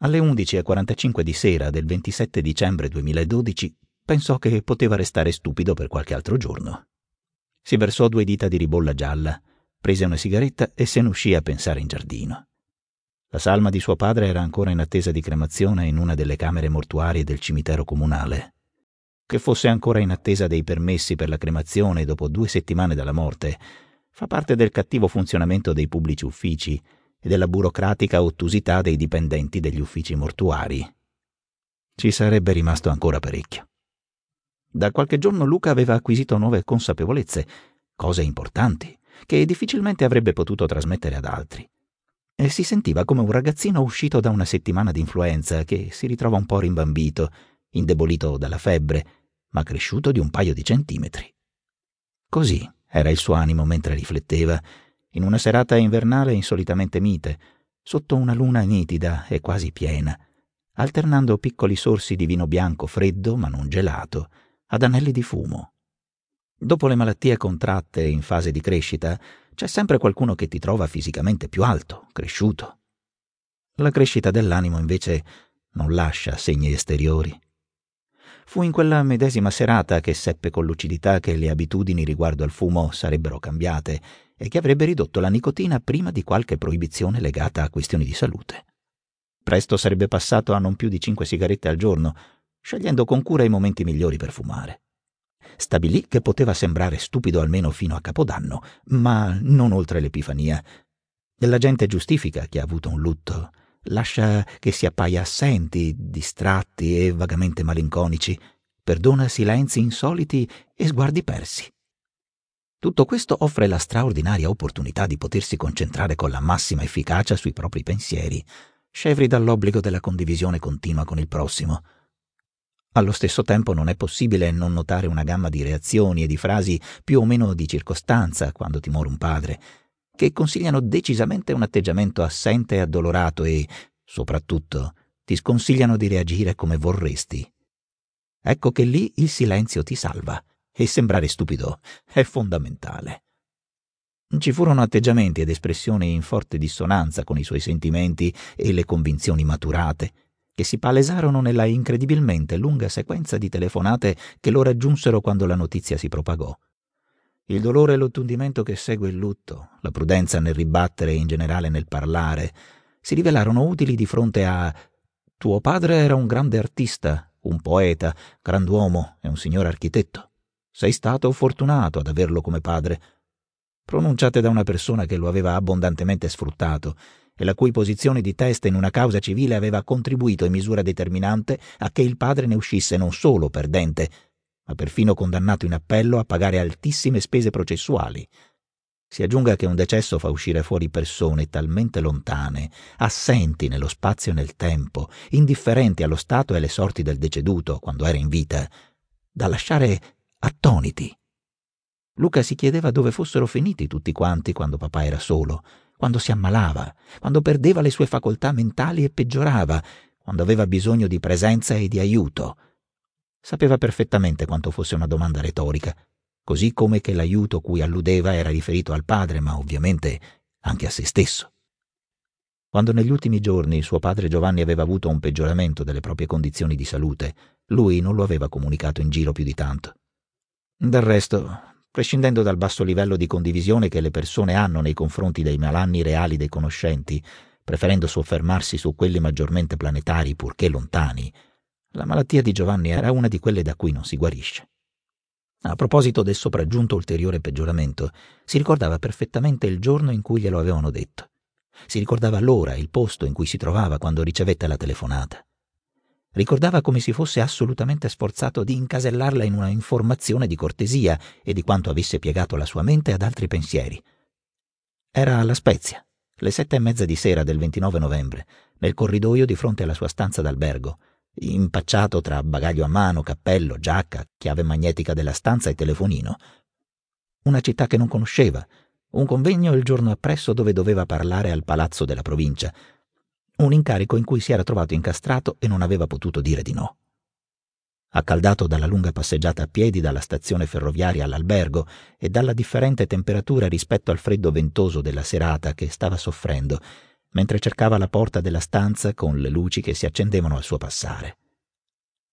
Alle 11:45 di sera del 27 dicembre 2012 pensò che poteva restare stupido per qualche altro giorno. Si versò 2 dita di ribolla gialla, prese una sigaretta e se ne uscì a pensare in giardino. La salma di suo padre era ancora in attesa di cremazione in una delle camere mortuarie del cimitero comunale. Che fosse ancora in attesa dei permessi per la cremazione dopo 2 settimane dalla morte fa parte del cattivo funzionamento dei pubblici uffici e della burocratica ottusità dei dipendenti degli uffici mortuari. Ci sarebbe rimasto ancora parecchio. Da qualche giorno Luca aveva acquisito nuove consapevolezze, cose importanti, che difficilmente avrebbe potuto trasmettere ad altri. E si sentiva come un ragazzino uscito da una settimana di influenza che si ritrova un po' rimbambito, indebolito dalla febbre, ma cresciuto di un paio di centimetri. Così era il suo animo mentre rifletteva, in una serata invernale insolitamente mite, sotto una luna nitida e quasi piena, alternando piccoli sorsi di vino bianco freddo ma non gelato, ad anelli di fumo. Dopo le malattie contratte in fase di crescita, c'è sempre qualcuno che ti trova fisicamente più alto, cresciuto. La crescita dell'animo, invece, non lascia segni esteriori. Fu in quella medesima serata che seppe con lucidità che le abitudini riguardo al fumo sarebbero cambiate e che avrebbe ridotto la nicotina prima di qualche proibizione legata a questioni di salute. Presto sarebbe passato a non più di 5 sigarette al giorno, scegliendo con cura i momenti migliori per fumare. Stabilì che poteva sembrare stupido almeno fino a Capodanno, ma non oltre l'Epifania. La gente giustifica chi ha avuto un lutto, lascia che si appaia assenti, distratti e vagamente malinconici, perdona silenzi insoliti e sguardi persi. Tutto questo offre la straordinaria opportunità di potersi concentrare con la massima efficacia sui propri pensieri, scevri dall'obbligo della condivisione continua con il prossimo. Allo stesso tempo non è possibile non notare una gamma di reazioni e di frasi più o meno di circostanza quando ti muore un padre, che consigliano decisamente un atteggiamento assente e addolorato e, soprattutto, ti sconsigliano di reagire come vorresti. Ecco che lì il silenzio ti salva e sembrare stupido è fondamentale. Ci furono atteggiamenti ed espressioni in forte dissonanza con i suoi sentimenti e le convinzioni maturate, che si palesarono nella incredibilmente lunga sequenza di telefonate che lo raggiunsero quando la notizia si propagò. Il dolore e l'ottundimento che segue il lutto, la prudenza nel ribattere e in generale nel parlare, si rivelarono utili di fronte a «Tuo padre era un grande artista, un poeta, grand'uomo e un signor architetto. Sei stato fortunato ad averlo come padre», pronunciate da una persona che lo aveva abbondantemente sfruttato e la cui posizione di testa in una causa civile aveva contribuito in misura determinante a che il padre ne uscisse non solo perdente, ma perfino condannato in appello a pagare altissime spese processuali. Si aggiunga che un decesso fa uscire fuori persone talmente lontane, assenti nello spazio e nel tempo, indifferenti allo stato e alle sorti del deceduto quando era in vita, da lasciare attoniti. Luca si chiedeva dove fossero finiti tutti quanti quando papà era solo, quando si ammalava, quando perdeva le sue facoltà mentali e peggiorava, quando aveva bisogno di presenza e di aiuto. Sapeva perfettamente quanto fosse una domanda retorica, così come che l'aiuto cui alludeva era riferito al padre, ma ovviamente anche a se stesso. Quando negli ultimi giorni suo padre Giovanni aveva avuto un peggioramento delle proprie condizioni di salute, lui non lo aveva comunicato in giro più di tanto. Del resto, prescindendo dal basso livello di condivisione che le persone hanno nei confronti dei malanni reali dei conoscenti, preferendo soffermarsi su quelli maggiormente planetari purché lontani, la malattia di Giovanni era una di quelle da cui non si guarisce. A proposito del sopraggiunto ulteriore peggioramento, si ricordava perfettamente il giorno in cui glielo avevano detto. Si ricordava l'ora e il posto in cui si trovava quando ricevette la telefonata. Ricordava come si fosse assolutamente sforzato di incasellarla in una informazione di cortesia e di quanto avesse piegato la sua mente ad altri pensieri. Era a La Spezia, le 7:30 di sera del 29 novembre, nel corridoio di fronte alla sua stanza d'albergo, impacciato tra bagaglio a mano, cappello, giacca, chiave magnetica della stanza e telefonino. Una città che non conosceva, un convegno il giorno appresso dove doveva parlare al palazzo della provincia, un incarico in cui si era trovato incastrato e non aveva potuto dire di no. Accaldato dalla lunga passeggiata a piedi dalla stazione ferroviaria all'albergo e dalla differente temperatura rispetto al freddo ventoso della serata che stava soffrendo, mentre cercava la porta della stanza con le luci che si accendevano al suo passare.